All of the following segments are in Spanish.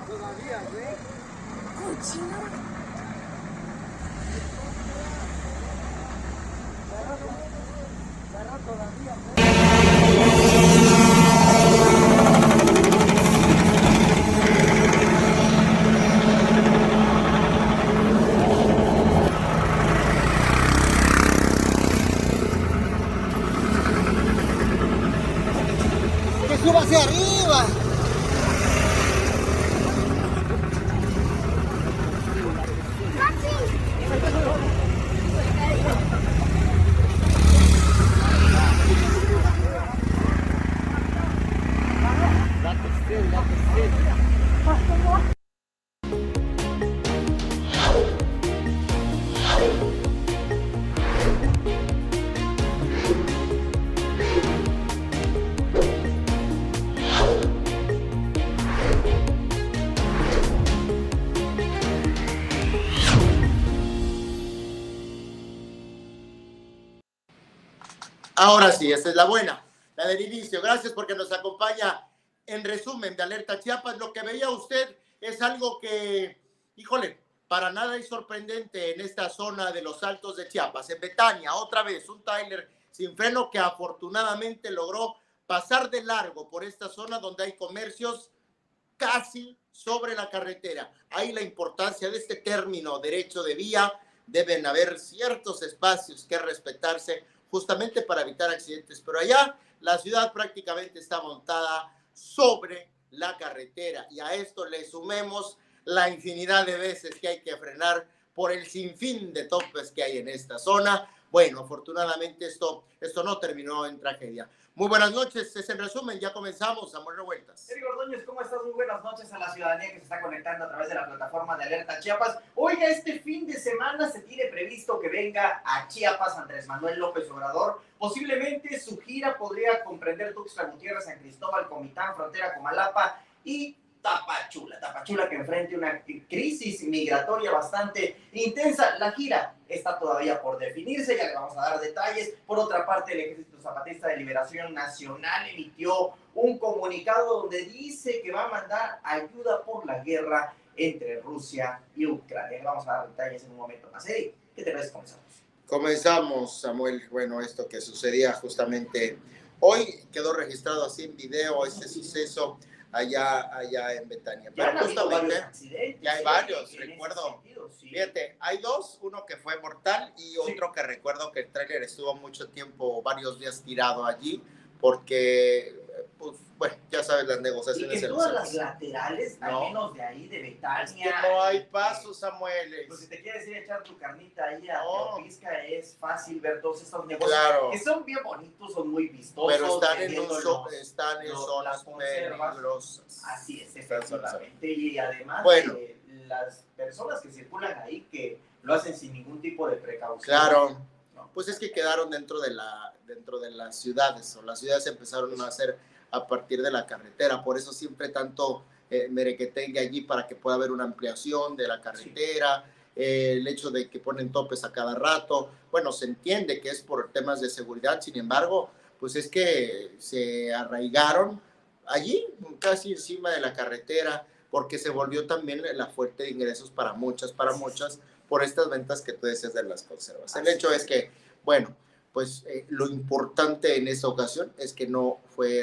todavía, güey. Cochino. Cerró todavía, güey. Que suba hacia arriba. Ahora sí, esta es la buena, la del inicio. Gracias porque nos acompaña en resumen de Alerta Chiapas. Lo que veía usted es algo que, híjole, para nada es sorprendente en esta zona de los Altos de Chiapas. En Betania, otra vez, un tráiler sin freno que afortunadamente logró pasar de largo por esta zona donde hay comercios casi sobre la carretera. Ahí la importancia de este término, derecho de vía, deben haber ciertos espacios que respetarse justamente para evitar accidentes, pero allá la ciudad prácticamente está montada sobre la carretera y a esto le sumemos la infinidad de veces que hay que frenar por el sinfín de topes que hay en esta zona. Bueno, afortunadamente esto no terminó en tragedia. Muy buenas noches, es en resumen, ya comenzamos, Samuel Revueltas. Eric Ordóñez, ¿cómo estás? Muy buenas noches a la ciudadanía que se está conectando a través de la plataforma de Alerta Chiapas. Oiga, este fin de semana se tiene previsto que venga a Chiapas Andrés Manuel López Obrador. Posiblemente su gira podría comprender Tuxtla Gutiérrez, San Cristóbal, Comitán, Frontera, Comalapa y Tapachula que enfrente una crisis migratoria bastante intensa. La gira está todavía por definirse, ya le vamos a dar detalles. Por otra parte, el Ejército Zapatista de Liberación Nacional emitió un comunicado donde dice que va a mandar ayuda por la guerra entre Rusia y Ucrania. Le vamos a dar detalles en un momento más. Eric, ¿qué te parece? Comenzamos, Samuel. Bueno, esto que sucedía justamente hoy quedó registrado así en video, este suceso allá en Betania. Pero justamente ya hay varios, recuerdo. Sentido, sí. Fíjate, hay dos, uno que fue mortal y otro que recuerdo que el tráiler estuvo mucho tiempo, varios días tirado allí, porque, pues, bueno, ya sabes las negociaciones. Y que todas las laterales, no, al menos de ahí, de Betania. Es que no hay paso, Samuel. Pues si te quieres ir a echar tu carnita ahí a Teopisca, es fácil ver todos estos negocios, claro, que son bien bonitos, son muy vistosos. Pero están en zonas peligrosas. Así es, efectivamente. Y además, bueno, las personas que circulan ahí, que lo hacen sin ningún tipo de precaución. Claro. Pues es que quedaron dentro de las ciudades, o las ciudades empezaron a hacer a partir de la carretera, por eso siempre tanto merequetengue allí para que pueda haber una ampliación de la carretera, el hecho de que ponen topes a cada rato, bueno, se entiende que es por temas de seguridad, sin embargo, pues es que se arraigaron allí, casi encima de la carretera, porque se volvió también la fuente de ingresos para muchas, por estas ventas que tú decías de las conservas. El hecho es que, bueno, pues lo importante en esta ocasión es que no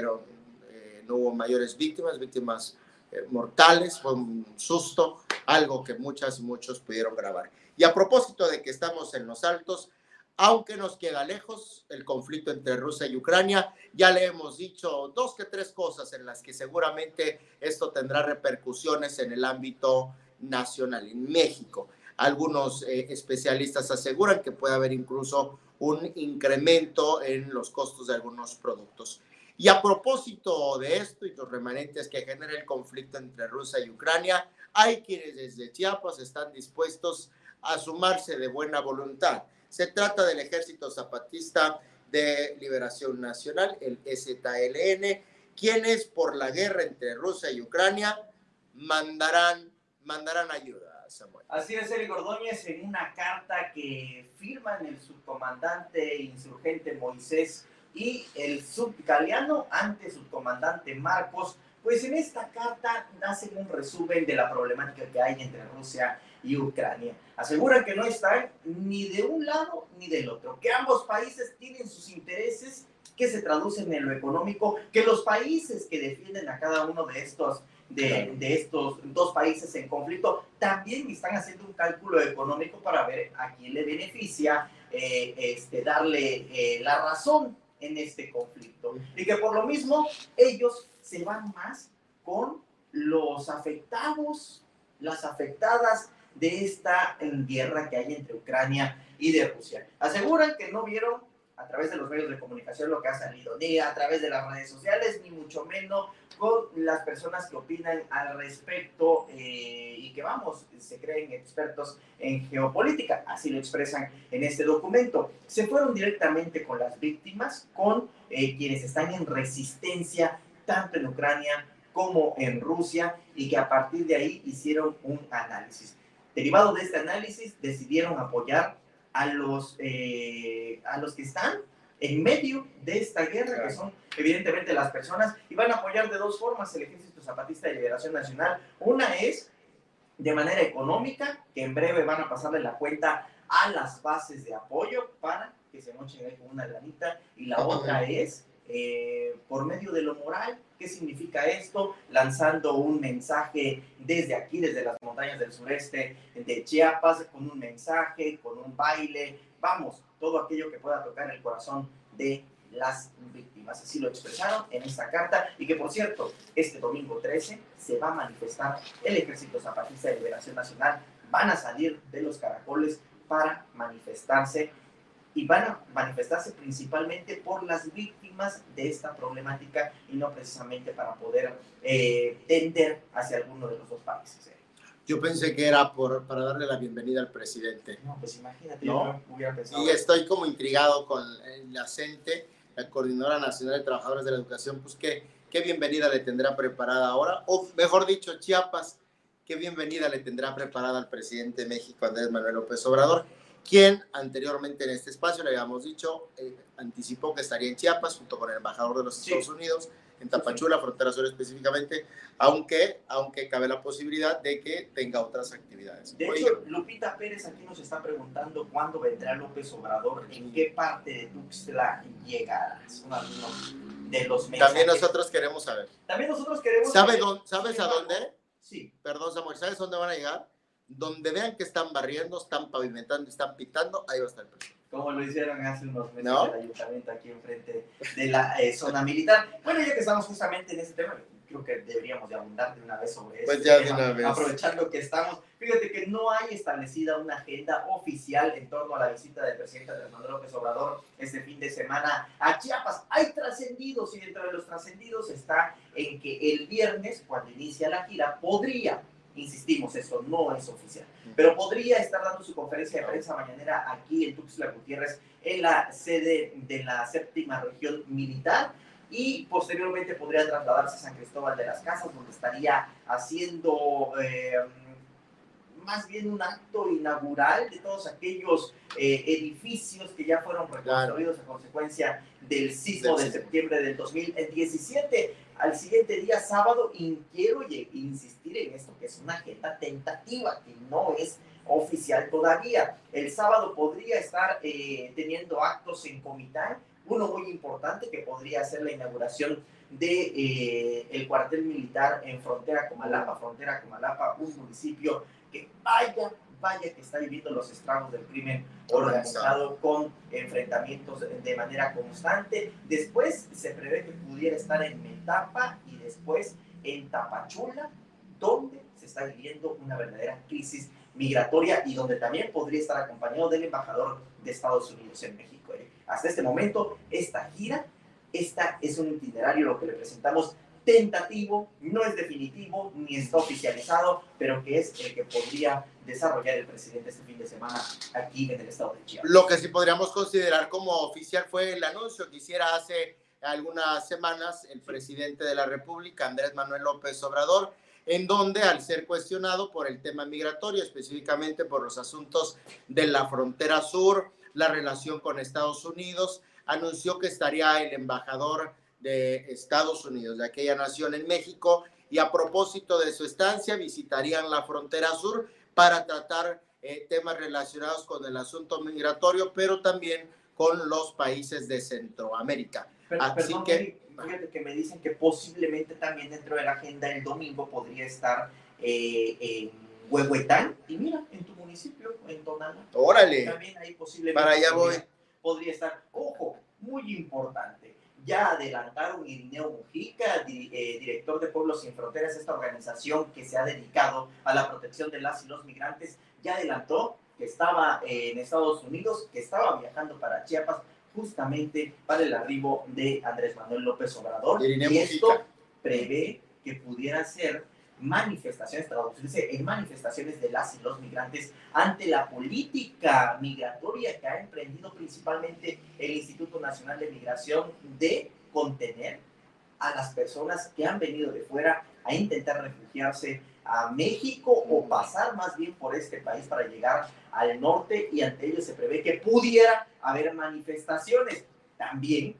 hubo mayores víctimas mortales, fue un susto, algo que muchas y muchos pudieron grabar. Y a propósito de que estamos en los Altos, aunque nos queda lejos el conflicto entre Rusia y Ucrania, ya le hemos dicho 2 que 3 cosas en las que seguramente esto tendrá repercusiones en el ámbito nacional, en México. Algunos especialistas aseguran que puede haber incluso un incremento en los costos de algunos productos. Y a propósito de esto y los remanentes que genera el conflicto entre Rusia y Ucrania, hay quienes desde Chiapas están dispuestos a sumarse de buena voluntad. Se trata del Ejército Zapatista de Liberación Nacional, el EZLN, quienes por la guerra entre Rusia y Ucrania mandarán ayuda. Samuel. Así es, Eric Ordóñez, en una carta que firman el subcomandante insurgente Moisés y el subgaleano ante subcomandante Marcos, Pues en esta carta hacen un resumen de la problemática que hay entre Rusia y Ucrania. Aseguran que no están ni de un lado ni del otro, que ambos países tienen sus intereses que se traducen en lo económico, que los países que defienden a cada uno de estos dos países en conflicto también están haciendo un cálculo económico para ver a quién le beneficia darle la razón en este conflicto. Y que por lo mismo ellos se van más con los afectados, las afectadas de esta guerra que hay entre Ucrania y de Rusia. Aseguran que no vieron a través de los medios de comunicación lo que ha salido, ni a través de las redes sociales, ni mucho menos con las personas que opinan al respecto y que, vamos, se creen expertos en geopolítica, así lo expresan en este documento. Se fueron directamente con las víctimas, con quienes están en resistencia, tanto en Ucrania como en Rusia, y que a partir de ahí hicieron un análisis. Derivado de este análisis, decidieron apoyar a los que están en medio de esta guerra, que son evidentemente las personas, y van a apoyar de dos formas el Ejército Zapatista de Liberación Nacional. Una es de manera económica, que en breve van a pasarle la cuenta a las bases de apoyo para que se mochen ahí con una lanita, y la otra es por medio de lo moral. ¿Qué significa esto? Lanzando un mensaje desde aquí, desde las montañas del sureste de Chiapas, con un mensaje, con un baile, vamos, todo aquello que pueda tocar el corazón de las víctimas. Así lo expresaron en esta carta, y que, por cierto, este domingo 13 se va a manifestar el Ejército Zapatista de Liberación Nacional. Van a salir de los caracoles para manifestarse, y van a manifestarse principalmente por las víctimas de esta problemática y no precisamente para poder tender hacia alguno de los dos países. Yo pensé que era para darle la bienvenida al presidente. No, pues imagínate, ¿no? Yo hubiera pensado. Y estoy como intrigado con la CENTE, la Coordinadora Nacional de Trabajadores de la Educación, pues qué bienvenida le tendrá preparada ahora, o mejor dicho, Chiapas, qué bienvenida le tendrá preparada al presidente de México, Andrés Manuel López Obrador, quien anteriormente en este espacio, le habíamos dicho, anticipó que estaría en Chiapas junto con el embajador de los Estados Unidos, en Tapachula, frontera sur específicamente, aunque cabe la posibilidad de que tenga otras actividades. De hecho, Lupita Pérez aquí nos está preguntando cuándo vendrá López Obrador, en qué parte de Tuxtla llegará. Son algunos de los mensajes. También nosotros queremos saber. También nosotros queremos saber. saber. ¿Sabes a dónde? Sí. Perdón, Samuel, ¿sabes dónde van a llegar? Donde vean que están barriendo, están pavimentando, están pitando, ahí va a estar el presidente. Como lo hicieron hace unos meses ¿No? en el ayuntamiento aquí enfrente de la zona militar. Bueno, ya que estamos justamente en ese tema, creo que deberíamos de abundar de una vez sobre pues este ya tema, de una vez. aprovechando que estamos. Fíjate que no hay establecida una agenda oficial en torno a la visita del presidente Andrés Manuel López Obrador este fin de semana a Chiapas. Hay trascendidos, y dentro de los trascendidos está en que el viernes, cuando inicia la gira, podría, insistimos, esto no es oficial, pero podría estar dando su conferencia de prensa mañanera aquí en Tuxtla Gutiérrez, en la sede de la 7ª Región Militar, y posteriormente podría trasladarse a San Cristóbal de las Casas, donde estaría haciendo más bien un acto inaugural de todos aquellos edificios que ya fueron reconstruidos a consecuencia del sismo de septiembre del 2017. Al siguiente día, sábado, y quiero insistir en esto, que es una agenda tentativa, que no es oficial todavía. El sábado podría estar teniendo actos en Comitán, uno muy importante que podría ser la inauguración de el cuartel militar en Frontera Comalapa, un municipio que vaya que está viviendo los estragos del crimen organizado, con enfrentamientos de manera constante. Después se prevé que pudiera estar en Metapa y después en Tapachula, donde se está viviendo una verdadera crisis migratoria y donde también podría estar acompañado del embajador de Estados Unidos en México. Hasta este momento, esta gira, esta es un itinerario, lo que le presentamos, tentativo, no es definitivo ni está oficializado, pero que es el que podría desarrollar el presidente este fin de semana aquí en el estado de Chiapas. Lo que sí podríamos considerar como oficial fue el anuncio que hiciera hace algunas semanas el presidente de la República, Andrés Manuel López Obrador, en donde, al ser cuestionado por el tema migratorio, específicamente por los asuntos de la frontera sur, la relación con Estados Unidos, anunció que estaría el embajador de Estados Unidos, de aquella nación en México, y a propósito de su estancia visitarían la frontera sur para tratar temas relacionados con el asunto migratorio, pero también con los países de Centroamérica. Así Perdón, que Eric, fíjate que me dicen que posiblemente también dentro de la agenda el domingo podría estar en Huehuetán, y mira, en tu municipio, en Tonalá. órale, También ahí posiblemente para allá voy. podría estar. Ojo, muy importante. Ya adelantaron Irineo Mujica, director de Pueblos Sin Fronteras, esta organización que se ha dedicado a la protección de las y los migrantes, ya adelantó que estaba en Estados Unidos, que estaba viajando para Chiapas justamente para el arribo de Andrés Manuel López Obrador. Irineo Y esto Mujica prevé que pudiera ser manifestaciones, traducirse en manifestaciones de las y los migrantes ante la política migratoria que ha emprendido principalmente el Instituto Nacional de Migración de contener a las personas que han venido de fuera a intentar refugiarse a México o pasar más bien por este país para llegar al norte, y ante ello se prevé que pudiera haber manifestaciones. También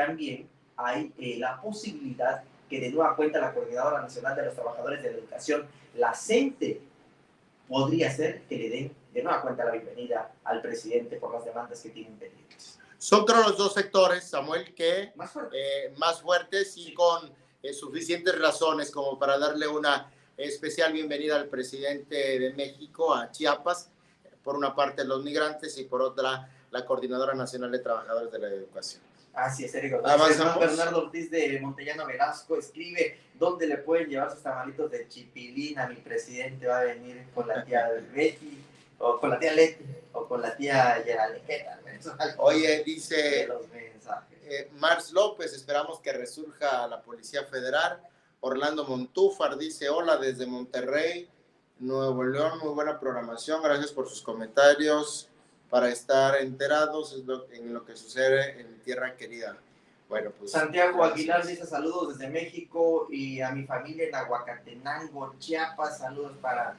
hay la posibilidad que de nueva cuenta la Coordinadora Nacional de los Trabajadores de la Educación, la CENTE, podría ser que le den de nueva cuenta la bienvenida al presidente por las demandas que tienen pendientes. son creo los dos sectores, Samuel, que Más fuerte. más fuertes y con suficientes razones como para darle una especial bienvenida al presidente de México a Chiapas, por una parte los migrantes y por otra la Coordinadora Nacional de Trabajadores de la Educación. Así es, Eric. Avanzamos. Bernardo Ortiz de Montellano Velasco escribe: ¿dónde le pueden llevar sus tamalitos de chipilín? Mi presidente va a venir con la tía Betty, o con la tía Leti, o con la tía Geralejeta. Oye, dice los mensajes. Mars López, esperamos que resurja la Policía Federal. Orlando Montúfar dice: hola desde Monterrey, Nuevo León, muy buena programación, gracias por sus comentarios para estar enterados en lo que sucede en tierra querida. Bueno, pues Santiago gracias. Aguilar dice: saludos desde México y a mi familia en Aguacatenango, Chiapas, saludos para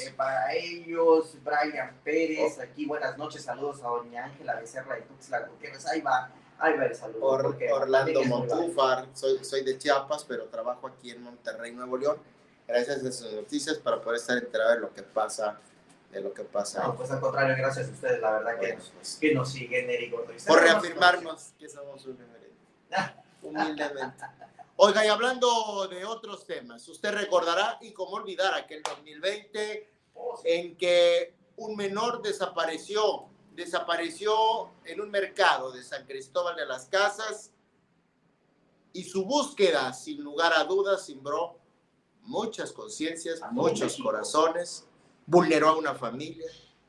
ellos. Brian Pérez, aquí buenas noches, saludos a doña Ángela Becerra de Tuxtla Gutiérrez, ahí va el saludo. Orlando Montúfar, soy de Chiapas, pero trabajo aquí en Monterrey, Nuevo León. Gracias a sus noticias para poder estar enterado de lo que pasa. No, pues al contrario, gracias a ustedes, la verdad, bueno, pues, que nos siguen, Eric Ortiz. por reafirmarnos que somos un humildemente. Oiga, y hablando de otros temas, usted recordará, y cómo olvidar aquel 2020 en que un menor desapareció en un mercado de San Cristóbal de las Casas, y su búsqueda, sin lugar a dudas, cimbró muchas conciencias, muchos corazones, vulneró a una familia,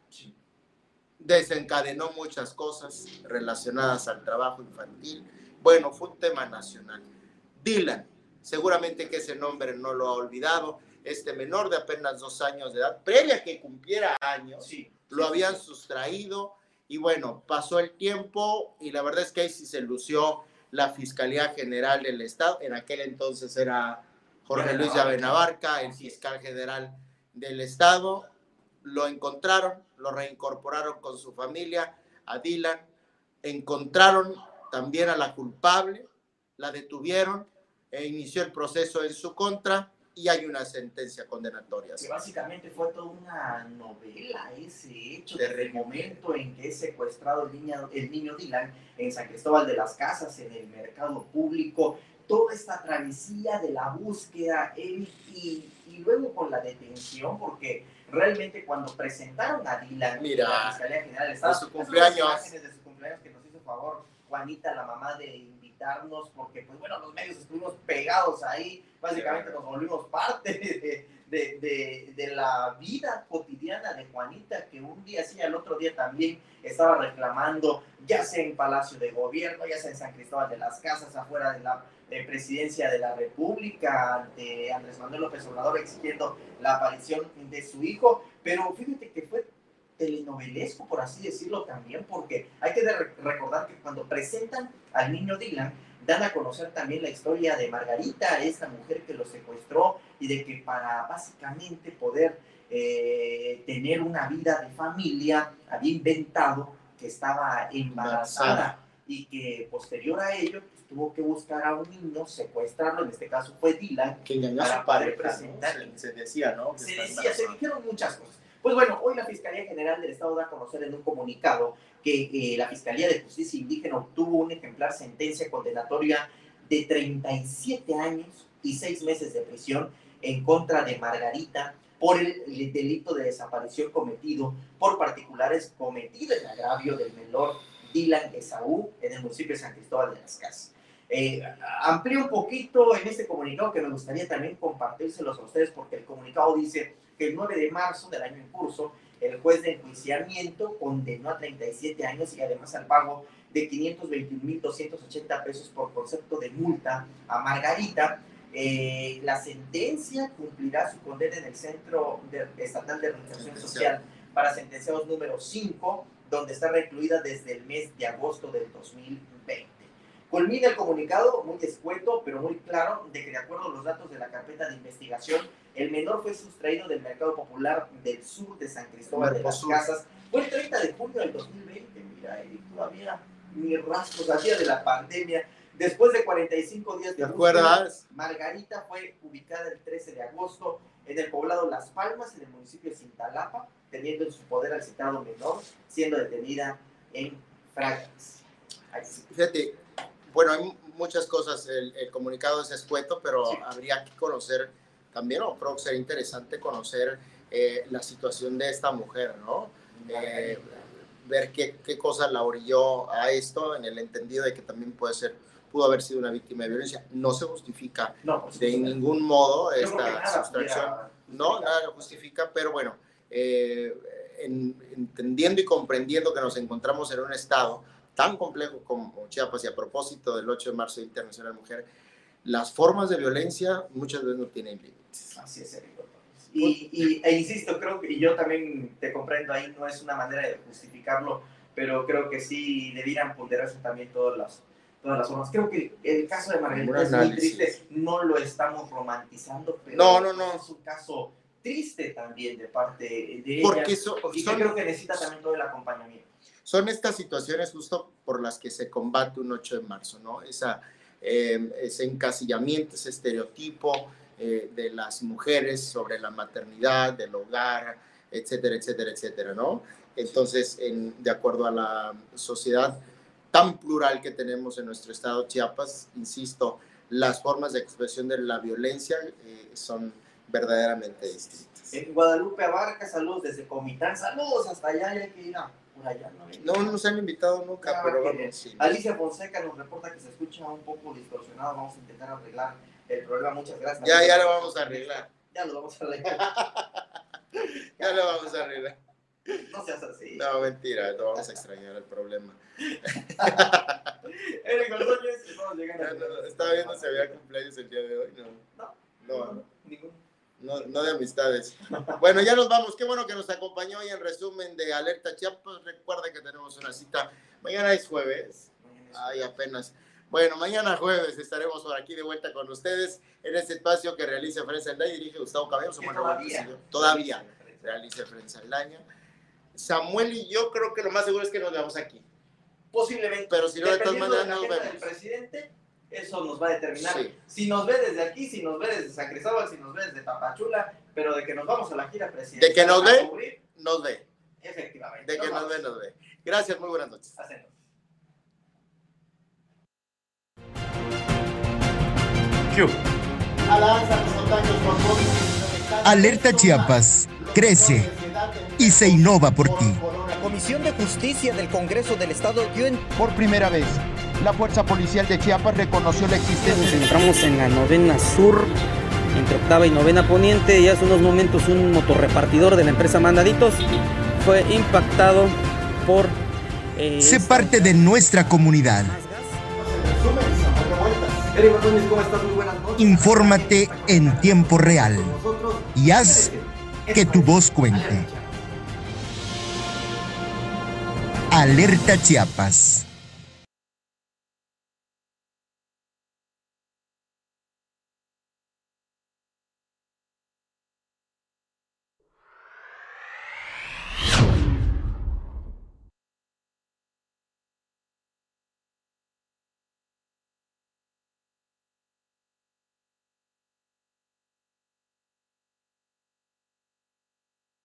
desencadenó muchas cosas relacionadas al trabajo infantil. Bueno, fue un tema nacional. Dylan, seguramente que ese nombre no lo ha olvidado, este menor de apenas 2 años de edad, previa a que cumpliera años, lo habían sustraído, y bueno, pasó el tiempo, y la verdad es que ahí sí se lució la Fiscalía General del Estado. En aquel entonces era Jorge Luis Llave Abarca, el fiscal general del Estado. Lo encontraron, lo reincorporaron con su familia, a Dylan. Encontraron también a la culpable, la detuvieron e inició el proceso en su contra, y hay una sentencia condenatoria. Que básicamente fue toda una novela ese hecho, desde el momento en que es secuestrado el niño Dylan en San Cristóbal de las Casas, en el mercado público, toda esta travesía de la búsqueda, y luego con la detención, porque realmente cuando presentaron a Dylan, mira, la Fiscalía General del Estado, de su cumpleaños, imágenes de su cumpleaños que nos hizo favor Juanita, la mamá, de invitarnos, porque pues bueno, los medios estuvimos pegados ahí, básicamente nos volvimos parte de la vida cotidiana de Juanita, que un día sí, al otro día también estaba reclamando, ya sea en Palacio de Gobierno, ya sea en San Cristóbal de las Casas, afuera de la Presidencia de la República, ante Andrés Manuel López Obrador, exigiendo la aparición de su hijo. Pero fíjate que fue telenovelesco, por así decirlo también, porque hay que recordar que cuando presentan al niño Dylan, dan a conocer también la historia de Margarita, esta mujer que lo secuestró, y de que para básicamente poder tener una vida de familia, había inventado que estaba embarazada, y que posterior a ello pues, tuvo que buscar a un niño, secuestrarlo, en este caso fue Dylan, Que engañó a para su poder pareja, presentar. ¿no? Se decía, ¿no? Que Se está decía, se embarazada. dijeron muchas cosas. Pues bueno, hoy la Fiscalía General del Estado da a conocer en un comunicado que la Fiscalía de Justicia Indígena obtuvo una ejemplar sentencia condenatoria de 37 años y 6 meses de prisión en contra de Margarita por el delito de desaparición cometido por particulares cometido en agravio del menor Dylan Esaú en el municipio de San Cristóbal de las Casas. Amplío un poquito en este comunicado que me gustaría también compartírselos a ustedes, porque el comunicado dice que el 9 de marzo del año en curso, el juez de enjuiciamiento condenó a 37 años y además al pago de 521,280 pesos por concepto de multa a Margarita. La sentencia cumplirá su condena en el Centro Estatal de Reinserción Social para sentenciados número 5, donde está recluida desde el mes de agosto del 2020. Culmina el comunicado, muy escueto, pero muy claro, de que de acuerdo a los datos de la carpeta de investigación, el menor fue sustraído del mercado popular del sur de San Cristóbal de las Casas. Fue el 30 de junio del 2020, mira, y todavía ni rastros hacía de la pandemia. Después de 45 días de búsqueda, Margarita fue ubicada el 13 de agosto en el poblado Las Palmas, en el municipio de Cintalapa, teniendo en su poder al citado menor, siendo detenida en Fragas. Fíjate, bueno, hay muchas cosas, el comunicado es escueto, pero sí, habría que conocer también, o creo que sería interesante conocer la situación de esta mujer, ¿no? Ver qué cosa la orilló a esto, en el entendido de que también pudo haber sido una víctima de violencia. No se justifica de ningún modo esta sustracción. No, nada lo justifica, pero bueno, entendiendo y comprendiendo que nos encontramos en un estado tan complejo como Chiapas, y a propósito del 8 de marzo Internacional Mujer, las formas de violencia muchas veces no tienen límites. Así es, Eric. E insisto, creo que, y yo también te comprendo ahí, no es una manera de justificarlo, pero creo que sí debieran ponderarse también todas las formas. Creo que el caso de Margarita es muy triste, no lo estamos romantizando, pero no. Es un caso triste también de parte de ella, porque y creo que necesita también todo el acompañamiento. Son estas situaciones justo por las que se combate un 8 de marzo, ¿no? Ese encasillamiento, ese estereotipo de las mujeres sobre la maternidad, del hogar, etcétera, etcétera, etcétera, ¿no? Entonces, de acuerdo a la sociedad tan plural que tenemos en nuestro estado Chiapas, insisto, las formas de expresión de la violencia son verdaderamente distintas. En Guadalupe Abarca, saludos desde Comitán, saludos hasta allá, hay que ir por allá. No nos han invitado nunca, pero vamos. Sí. Alicia Fonseca nos reporta que se escucha un poco distorsionado, vamos a intentar arreglar el problema, muchas gracias. Ya lo vamos a arreglar. Ya lo vamos a arreglar. Ya lo vamos a arreglar. No seas así. No, mentira, no vamos a extrañar el problema. Eric Ordóñez, estamos llegando. Estaba viendo si había cumpleaños el día de hoy. No, ninguno. No de amistades. Bueno, ya nos vamos. Qué bueno que nos acompañó hoy en resumen de Alerta Chiapas. Recuerda que tenemos una cita. Mañana es jueves. Ay, apenas. Bueno, mañana jueves estaremos por aquí de vuelta con ustedes en este espacio que realiza Efraín Saldaña y dirige Gustavo Cabello. Todavía realiza Efraín Saldaña. Samuel y yo creo que lo más seguro es que nos veamos aquí. Posiblemente. Pero si no, de todas maneras nos vemos. El presidente, eso nos va a determinar. Sí. Si nos ve desde aquí, si nos ve desde San Cristóbal, si nos ve desde Tapachula, pero de que nos vamos a la gira presidencial. De que nos ve, nos ve. Efectivamente. De que nos ve, nos ve. Gracias, muy buenas noches. Hacemos. Alerta Chiapas crece y se innova por ti. La Comisión de Justicia del Congreso del Estado dio por primera vez, la Fuerza Policial de Chiapas reconoció la existencia. Nos encontramos en la novena sur, entre octava y novena poniente, y hace unos momentos un motorrepartidor de la empresa Mandaditos fue impactado por... Sé parte de nuestra comunidad. Eric Ordóñez, ¿cómo estás? Muy buenas noches. Infórmate en tiempo real y haz que tu voz cuente. Alerta Chiapas.